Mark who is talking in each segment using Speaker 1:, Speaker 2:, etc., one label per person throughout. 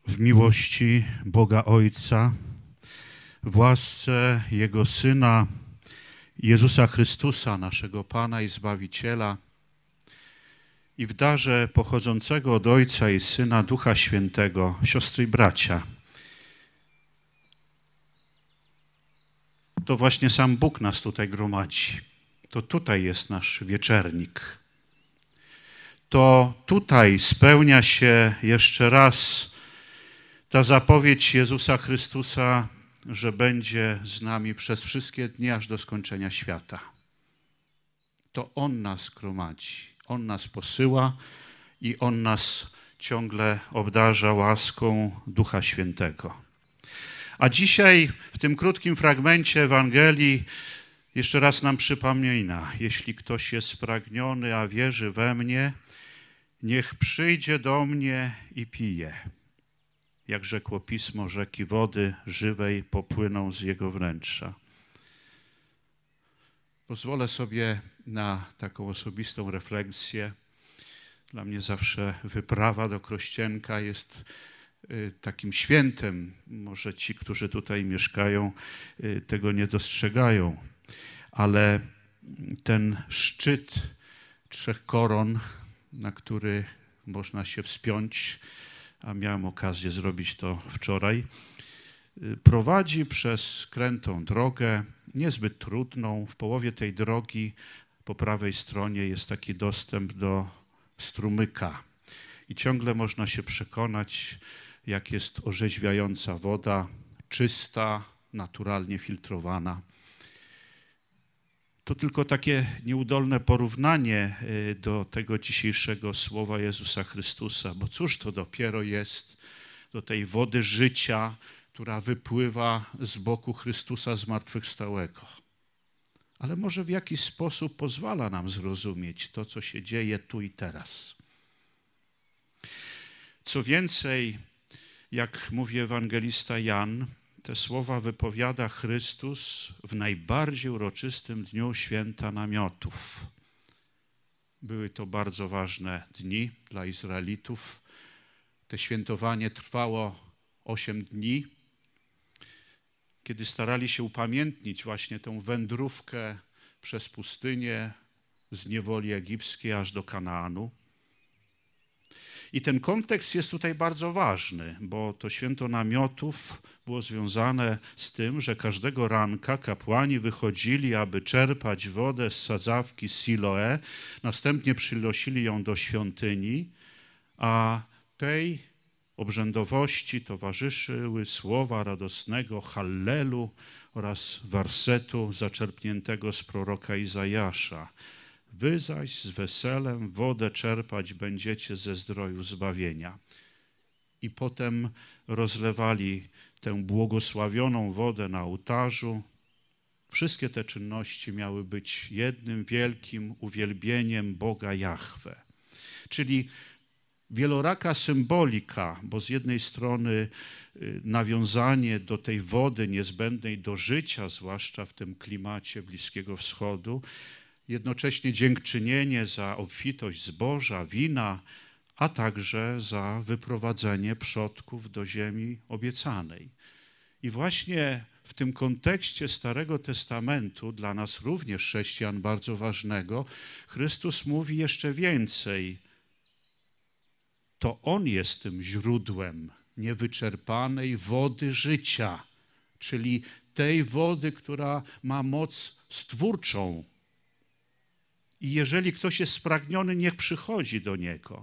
Speaker 1: W miłości Boga Ojca, w łasce Jego Syna, Jezusa Chrystusa, naszego Pana i Zbawiciela, i w darze pochodzącego od Ojca i Syna, Ducha Świętego, siostry i bracia. To właśnie sam Bóg nas tutaj gromadzi. To tutaj jest nasz wieczernik. To tutaj spełnia się jeszcze raz ta zapowiedź Jezusa Chrystusa, że będzie z nami przez wszystkie dni aż do skończenia świata. To On nas gromadzi, On nas posyła i On nas ciągle obdarza łaską Ducha Świętego. A dzisiaj w tym krótkim fragmencie Ewangelii jeszcze raz nam przypomina: jeśli ktoś jest spragniony, a wierzy we mnie, niech przyjdzie do mnie i pije. Jak rzekło Pismo, rzeki wody żywej popłyną z jego wnętrza. Pozwolę sobie na taką osobistą refleksję. Dla mnie zawsze wyprawa do Krościenka jest takim świętem. Może ci, którzy tutaj mieszkają, tego nie dostrzegają, ale ten szczyt 3 koron, na który można się wspiąć, a miałem okazję zrobić to wczoraj, prowadzi przez krętą drogę, niezbyt trudną. W połowie tej drogi po prawej stronie jest taki dostęp do strumyka i ciągle można się przekonać, jak jest orzeźwiająca woda, czysta, naturalnie filtrowana. To tylko takie nieudolne porównanie do tego dzisiejszego słowa Jezusa Chrystusa, bo cóż to dopiero jest do tej wody życia, która wypływa z boku Chrystusa zmartwychwstałego. Ale może w jakiś sposób pozwala nam zrozumieć to, co się dzieje tu i teraz. Co więcej, jak mówi ewangelista Jan, te słowa wypowiada Chrystus w najbardziej uroczystym dniu święta namiotów. Były to bardzo ważne dni dla Izraelitów. To świętowanie trwało 8 dni, kiedy starali się upamiętnić właśnie tę wędrówkę przez pustynię z niewoli egipskiej aż do Kanaanu. I ten kontekst jest tutaj bardzo ważny, bo to święto namiotów było związane z tym, że każdego ranka kapłani wychodzili, aby czerpać wodę z sadzawki Siloe, następnie przynosili ją do świątyni, a tej obrzędowości towarzyszyły słowa radosnego Hallelu oraz wersetu zaczerpniętego z proroka Izajasza. Wy zaś z weselem wodę czerpać będziecie ze zdroju zbawienia. I potem rozlewali tę błogosławioną wodę na ołtarzu. Wszystkie te czynności miały być jednym wielkim uwielbieniem Boga Jahwe. Czyli wieloraka symbolika, bo z jednej strony nawiązanie do tej wody niezbędnej do życia, zwłaszcza w tym klimacie Bliskiego Wschodu, jednocześnie dziękczynienie za obfitość zboża, wina, a także za wyprowadzenie przodków do ziemi obiecanej. I właśnie w tym kontekście Starego Testamentu, dla nas również chrześcijan bardzo ważnego, Chrystus mówi jeszcze więcej. To On jest tym źródłem niewyczerpanej wody życia, czyli tej wody, która ma moc stwórczą. I jeżeli ktoś jest spragniony, niech przychodzi do Niego.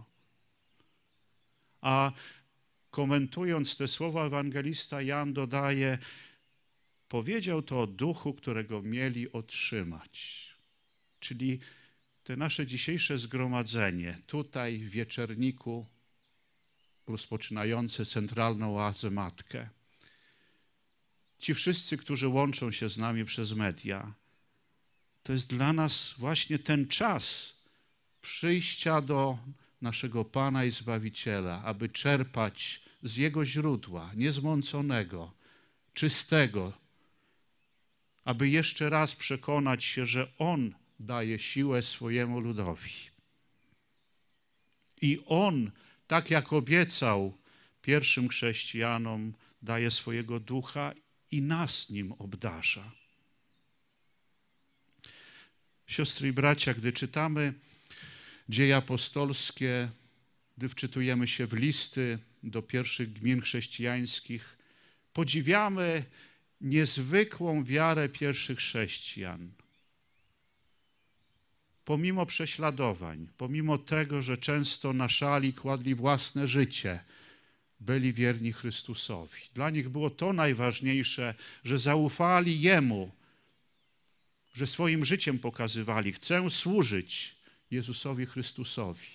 Speaker 1: A komentując te słowa, ewangelista Jan dodaje: powiedział to o duchu, którego mieli otrzymać. Czyli te nasze dzisiejsze zgromadzenie, tutaj w wieczerniku rozpoczynające centralną oazę Matkę. Ci wszyscy, którzy łączą się z nami przez media, to jest dla nas właśnie ten czas przyjścia do naszego Pana i Zbawiciela, aby czerpać z Jego źródła, niezmąconego, czystego, aby jeszcze raz przekonać się, że On daje siłę swojemu ludowi. I On, tak jak obiecał pierwszym chrześcijanom daje swojego ducha i nas nim obdarza. Siostry i bracia, gdy czytamy Dzieje apostolskie, gdy wczytujemy się w listy do pierwszych gmin chrześcijańskich, podziwiamy niezwykłą wiarę pierwszych chrześcijan. Pomimo prześladowań, pomimo tego, że często na szali kładli własne życie, byli wierni Chrystusowi. Dla nich było to najważniejsze, że zaufali Jemu, że swoim życiem pokazywali: chcę służyć Jezusowi Chrystusowi.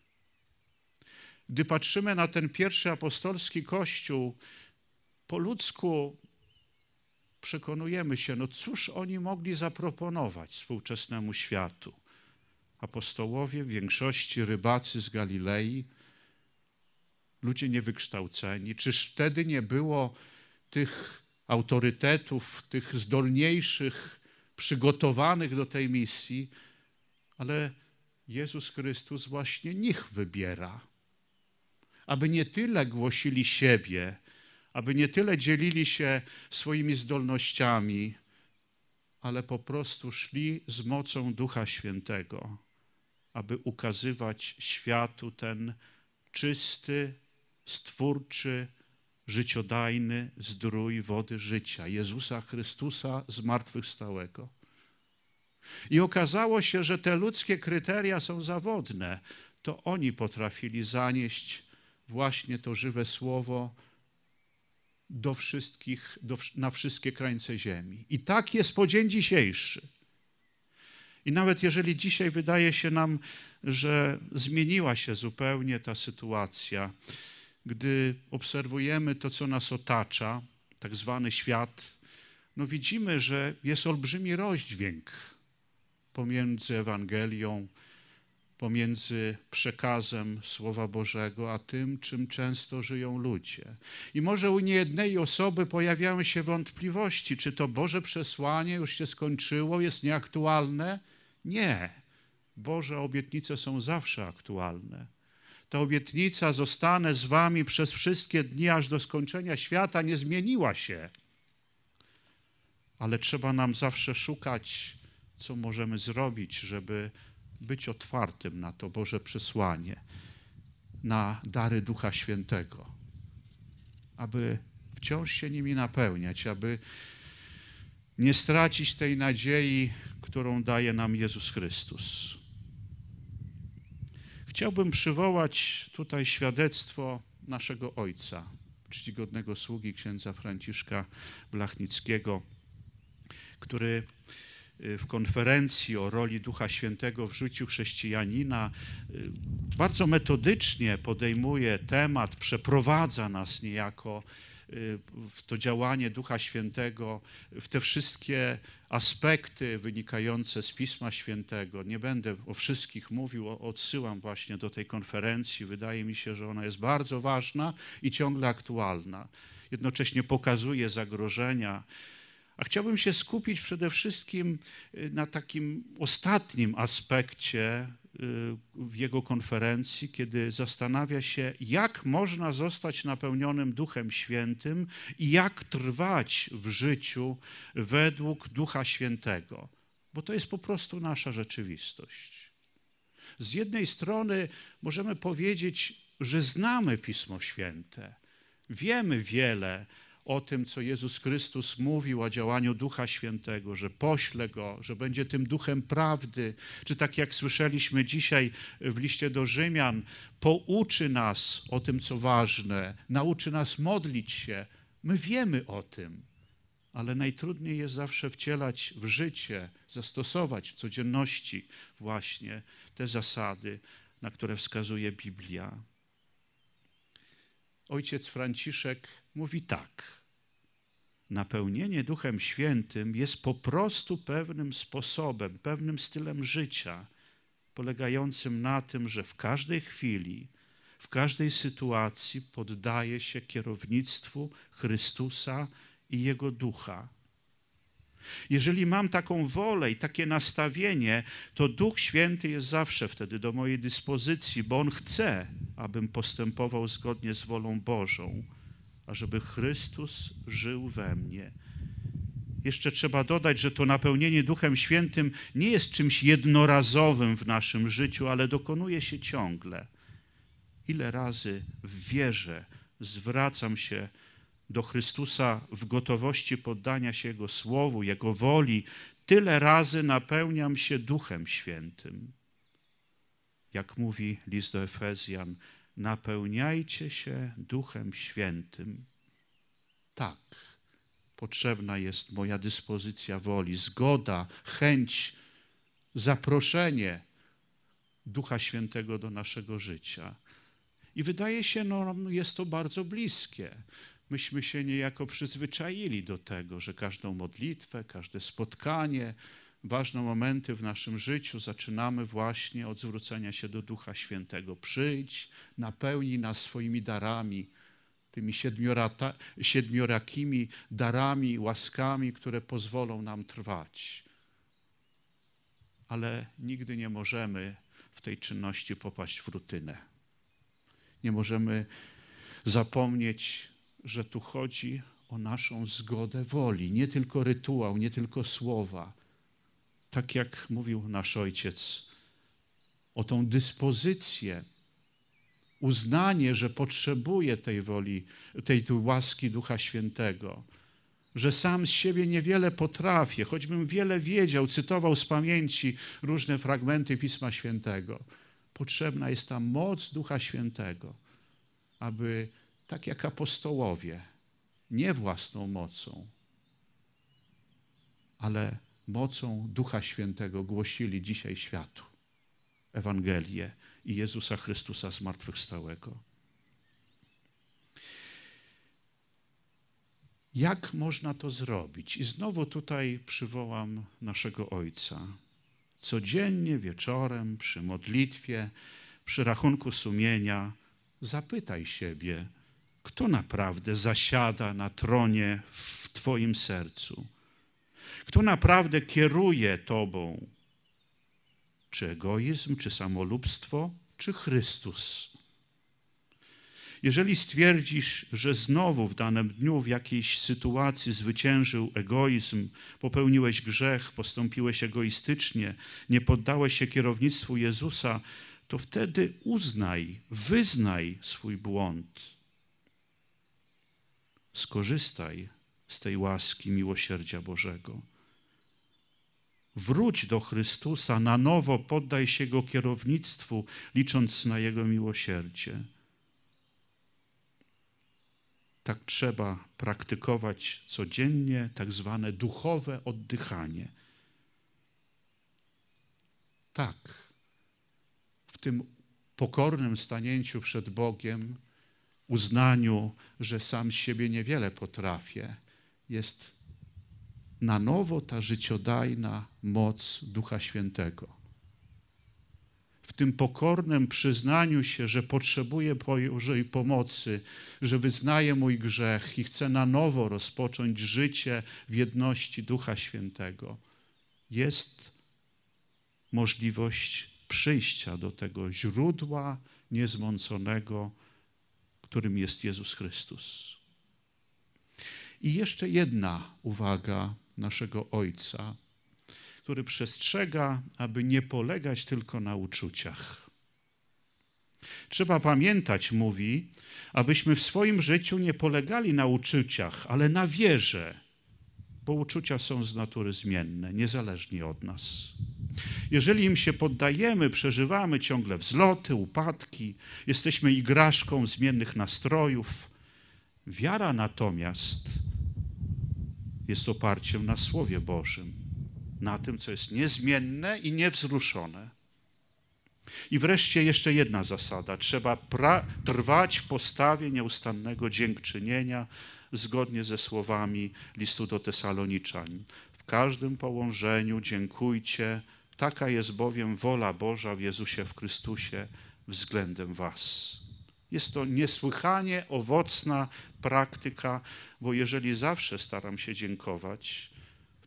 Speaker 1: Gdy patrzymy na ten pierwszy apostolski Kościół, po ludzku przekonujemy się, no cóż oni mogli zaproponować współczesnemu światu. Apostołowie, w większości rybacy z Galilei, ludzie niewykształceni. Czyż wtedy nie było tych autorytetów, tych zdolniejszych, przygotowanych do tej misji? Ale Jezus Chrystus właśnie nich wybiera, aby nie tyle głosili siebie, aby nie tyle dzielili się swoimi zdolnościami, ale po prostu szli z mocą Ducha Świętego, aby ukazywać światu ten czysty, stwórczy, życiodajny zdrój wody życia, Jezusa Chrystusa zmartwychwstałego. I okazało się, że te ludzkie kryteria są zawodne. To oni potrafili zanieść właśnie to żywe słowo do wszystkich, na wszystkie krańce ziemi. I tak jest po dzień dzisiejszy. I nawet jeżeli dzisiaj wydaje się nam, że zmieniła się zupełnie ta sytuacja, gdy obserwujemy to, co nas otacza, tak zwany świat, no widzimy, że jest olbrzymi rozdźwięk pomiędzy Ewangelią, pomiędzy przekazem Słowa Bożego, a tym, czym często żyją ludzie. I może u niejednej osoby pojawiają się wątpliwości, czy to Boże przesłanie już się skończyło, jest nieaktualne? Nie. Boże obietnice są zawsze aktualne. Ta obietnica: zostanę z wami przez wszystkie dni, aż do skończenia świata, nie zmieniła się. Ale trzeba nam zawsze szukać, co możemy zrobić, żeby być otwartym na to Boże przesłanie, na dary Ducha Świętego, aby wciąż się nimi napełniać, aby nie stracić tej nadziei, którą daje nam Jezus Chrystus. Chciałbym przywołać tutaj świadectwo naszego ojca, czcigodnego sługi księdza Franciszka Blachnickiego, który w konferencji o roli Ducha Świętego w życiu chrześcijanina bardzo metodycznie podejmuje temat, przeprowadza nas niejako w to działanie Ducha Świętego, w te wszystkie aspekty wynikające z Pisma Świętego. Nie będę o wszystkich mówił, odsyłam właśnie do tej konferencji. Wydaje mi się, że ona jest bardzo ważna i ciągle aktualna. Jednocześnie pokazuje zagrożenia. A chciałbym się skupić przede wszystkim na takim ostatnim aspekcie w jego konferencji, kiedy zastanawia się, jak można zostać napełnionym Duchem Świętym i jak trwać w życiu według Ducha Świętego, bo to jest po prostu nasza rzeczywistość. Z jednej strony możemy powiedzieć, że znamy Pismo Święte, wiemy wiele o tym, co Jezus Chrystus mówił o działaniu Ducha Świętego, że pośle Go, że będzie tym Duchem prawdy, czy tak jak słyszeliśmy dzisiaj w liście do Rzymian, pouczy nas o tym, co ważne, nauczy nas modlić się. My wiemy o tym, ale najtrudniej jest zawsze wcielać w życie, zastosować w codzienności właśnie te zasady, na które wskazuje Biblia. Ojciec Franciszek mówi tak: napełnienie Duchem Świętym jest po prostu pewnym sposobem, pewnym stylem życia, polegającym na tym, że w każdej chwili, w każdej sytuacji poddaje się kierownictwu Chrystusa i Jego Ducha. Jeżeli mam taką wolę i takie nastawienie, to Duch Święty jest zawsze wtedy do mojej dyspozycji, bo On chce, abym postępował zgodnie z wolą Bożą, ażeby Chrystus żył we mnie. Jeszcze trzeba dodać, że to napełnienie Duchem Świętym nie jest czymś jednorazowym w naszym życiu, ale dokonuje się ciągle. Ile razy w wierze zwracam się do Chrystusa w gotowości poddania się Jego Słowu, Jego woli, tyle razy napełniam się Duchem Świętym. Jak mówi list do Efezjan, napełniajcie się Duchem Świętym. Tak, potrzebna jest moja dyspozycja woli, zgoda, chęć, zaproszenie Ducha Świętego do naszego życia. I wydaje się, jest to bardzo bliskie. Myśmy się niejako przyzwyczaili do tego, że każdą modlitwę, każde spotkanie, ważne momenty w naszym życiu zaczynamy właśnie od zwrócenia się do Ducha Świętego. Przyjdź, napełnij nas swoimi darami, tymi siedmiorakimi darami, łaskami, które pozwolą nam trwać. Ale nigdy nie możemy w tej czynności popaść w rutynę. Nie możemy zapomnieć, że tu chodzi o naszą zgodę woli, nie tylko rytuał, nie tylko słowa. Tak jak mówił nasz ojciec, o tą dyspozycję, uznanie, że potrzebuję tej woli, tej łaski Ducha Świętego, że sam z siebie niewiele potrafię, choćbym wiele wiedział, cytował z pamięci różne fragmenty Pisma Świętego. Potrzebna jest ta moc Ducha Świętego, aby tak jak apostołowie, nie własną mocą, ale mocą Ducha Świętego głosili dzisiaj światu Ewangelię i Jezusa Chrystusa zmartwychwstałego. Jak można to zrobić? I znowu tutaj przywołam naszego Ojca. Codziennie wieczorem przy modlitwie, przy rachunku sumienia zapytaj siebie, kto naprawdę zasiada na tronie w Twoim sercu? Kto naprawdę kieruje Tobą? Czy egoizm, czy samolubstwo, czy Chrystus? Jeżeli stwierdzisz, że znowu w danym dniu w jakiejś sytuacji zwyciężył egoizm, popełniłeś grzech, postąpiłeś egoistycznie, nie poddałeś się kierownictwu Jezusa, to wtedy wyznaj swój błąd. Skorzystaj z tej łaski miłosierdzia Bożego. Wróć do Chrystusa, na nowo poddaj się Jego kierownictwu, licząc na Jego miłosierdzie. Tak trzeba praktykować codziennie tak zwane duchowe oddychanie. Tak, w tym pokornym stanięciu przed Bogiem, uznaniu, że sam z siebie niewiele potrafię, jest na nowo ta życiodajna moc Ducha Świętego. W tym pokornym przyznaniu się, że potrzebuję Bożej pomocy, że wyznaję mój grzech i chcę na nowo rozpocząć życie w jedności Ducha Świętego, jest możliwość przyjścia do tego źródła niezmąconego, którym jest Jezus Chrystus. I jeszcze jedna uwaga naszego Ojca, który przestrzega, aby nie polegać tylko na uczuciach. Trzeba pamiętać, mówi, abyśmy w swoim życiu nie polegali na uczuciach, ale na wierze, bo uczucia są z natury zmienne, niezależnie od nas. Jeżeli im się poddajemy, przeżywamy ciągle wzloty, upadki, jesteśmy igraszką zmiennych nastrojów. Wiara natomiast jest oparciem na Słowie Bożym, na tym, co jest niezmienne i niewzruszone. I wreszcie jeszcze jedna zasada. Trzeba trwać w postawie nieustannego dziękczynienia zgodnie ze słowami listu do Tesaloniczan. W każdym położeniu dziękujcie, taka jest bowiem wola Boża w Jezusie w Chrystusie względem was. Jest to niesłychanie owocna praktyka, bo jeżeli zawsze staram się dziękować,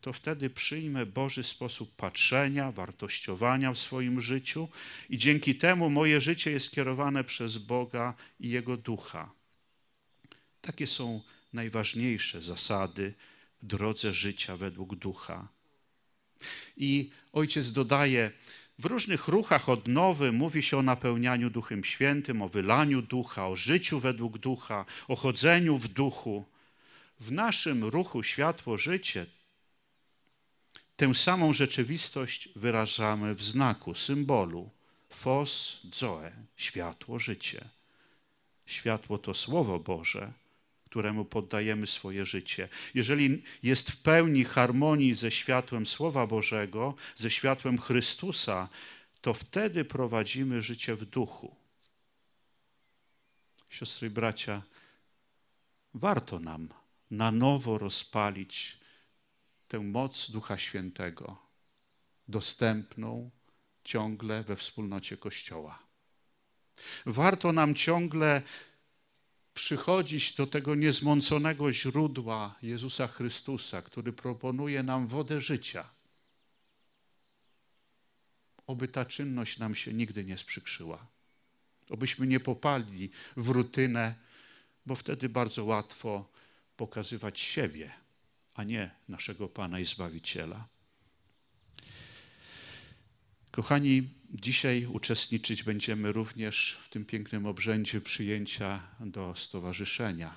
Speaker 1: to wtedy przyjmę Boży sposób patrzenia, wartościowania w swoim życiu i dzięki temu moje życie jest kierowane przez Boga i Jego Ducha. Takie są najważniejsze zasady w drodze życia według Ducha. I ojciec dodaje, w różnych ruchach odnowy mówi się o napełnianiu Duchem Świętym, o wylaniu Ducha, o życiu według Ducha, o chodzeniu w Duchu. W naszym ruchu Światło-Życie tę samą rzeczywistość wyrażamy w znaku, symbolu phos zoe, światło, życie. Światło to Słowo Boże, któremu poddajemy swoje życie. Jeżeli jest w pełni harmonii ze światłem Słowa Bożego, ze światłem Chrystusa, to wtedy prowadzimy życie w duchu. Siostry i bracia, warto nam na nowo rozpalić tę moc Ducha Świętego, dostępną ciągle we wspólnocie Kościoła. Warto nam ciągle przychodzić do tego niezmąconego źródła Jezusa Chrystusa, który proponuje nam wodę życia. Oby ta czynność nam się nigdy nie sprzykrzyła. Obyśmy nie popadli w rutynę, bo wtedy bardzo łatwo pokazywać siebie, a nie naszego Pana i Zbawiciela. Kochani, dzisiaj uczestniczyć będziemy również w tym pięknym obrzędzie przyjęcia do stowarzyszenia.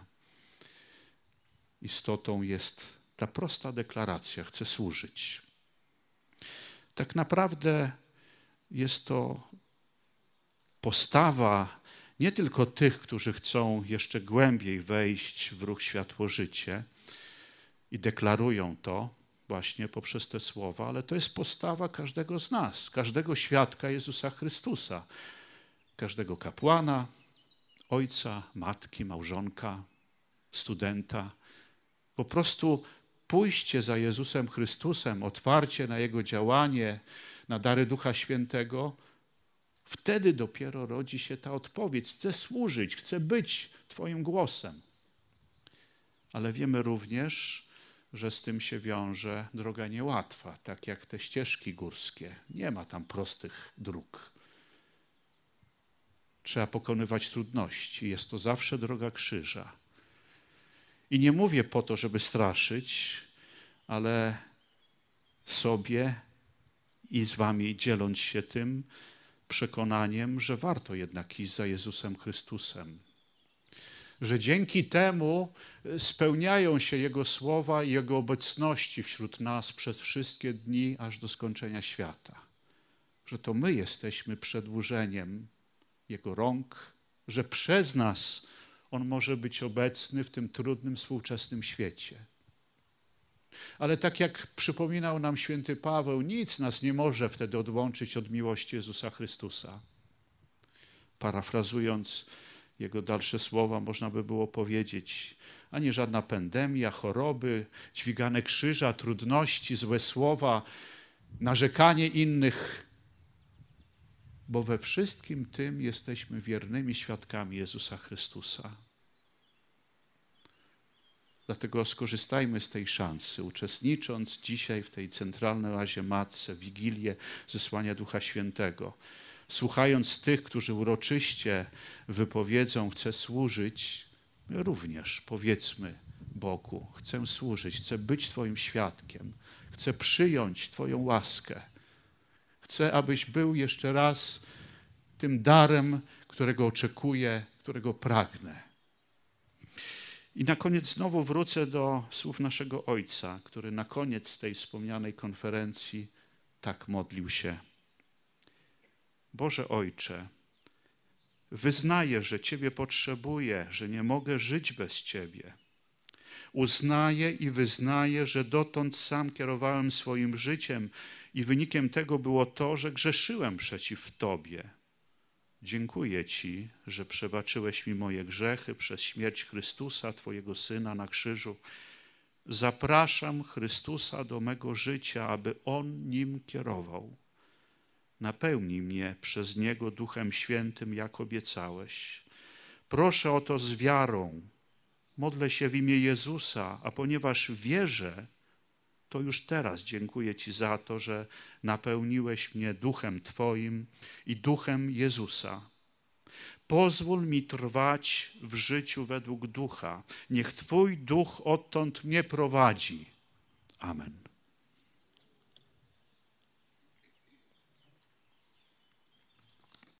Speaker 1: Istotą jest ta prosta deklaracja: chcę służyć. Tak naprawdę jest to postawa nie tylko tych, którzy chcą jeszcze głębiej wejść w ruch Światło-Życie i deklarują to właśnie poprzez te słowa, ale to jest postawa każdego z nas, każdego świadka Jezusa Chrystusa, każdego kapłana, ojca, matki, małżonka, studenta. Po prostu pójście za Jezusem Chrystusem, otwarcie na Jego działanie, na dary Ducha Świętego, wtedy dopiero rodzi się ta odpowiedź: chcę służyć, chcę być Twoim głosem. Ale wiemy również, że z tym się wiąże droga niełatwa, tak jak te ścieżki górskie. Nie ma tam prostych dróg. Trzeba pokonywać trudności. Jest to zawsze droga krzyża. I nie mówię po to, żeby straszyć, ale sobie i z wami dzieląc się tym przekonaniem, że warto jednak iść za Jezusem Chrystusem. Że dzięki temu spełniają się Jego słowa i Jego obecności wśród nas przez wszystkie dni, aż do skończenia świata. Że to my jesteśmy przedłużeniem Jego rąk, że przez nas On może być obecny w tym trudnym, współczesnym świecie. Ale tak jak przypominał nam święty Paweł, nic nas nie może wtedy odłączyć od miłości Jezusa Chrystusa. Parafrazując Jego dalsze słowa, można by było powiedzieć: ani żadna pandemia, choroby, dźwigane krzyża, trudności, złe słowa, narzekanie innych, bo we wszystkim tym jesteśmy wiernymi świadkami Jezusa Chrystusa. Dlatego skorzystajmy z tej szansy, uczestnicząc dzisiaj w tej centralnej oazie Matce, Wigilię zesłania Ducha Świętego. Słuchając tych, którzy uroczyście wypowiedzą: chcę służyć, my również powiedzmy Bogu: chcę służyć, chcę być Twoim świadkiem, chcę przyjąć Twoją łaskę. Chcę, abyś był jeszcze raz tym darem, którego oczekuję, którego pragnę. I na koniec znowu wrócę do słów naszego Ojca, który na koniec tej wspomnianej konferencji tak modlił się: Boże Ojcze, wyznaję, że Ciebie potrzebuję, że nie mogę żyć bez Ciebie. Uznaję i wyznaję, że dotąd sam kierowałem swoim życiem i wynikiem tego było to, że grzeszyłem przeciw Tobie. Dziękuję Ci, że przebaczyłeś mi moje grzechy przez śmierć Chrystusa, Twojego Syna na krzyżu. Zapraszam Chrystusa do mego życia, aby On nim kierował. Napełnij mnie przez Niego Duchem Świętym, jak obiecałeś. Proszę o to z wiarą. Modlę się w imię Jezusa, a ponieważ wierzę, to już teraz dziękuję Ci za to, że napełniłeś mnie duchem Twoim i duchem Jezusa. Pozwól mi trwać w życiu według ducha. Niech Twój duch odtąd mnie prowadzi. Amen.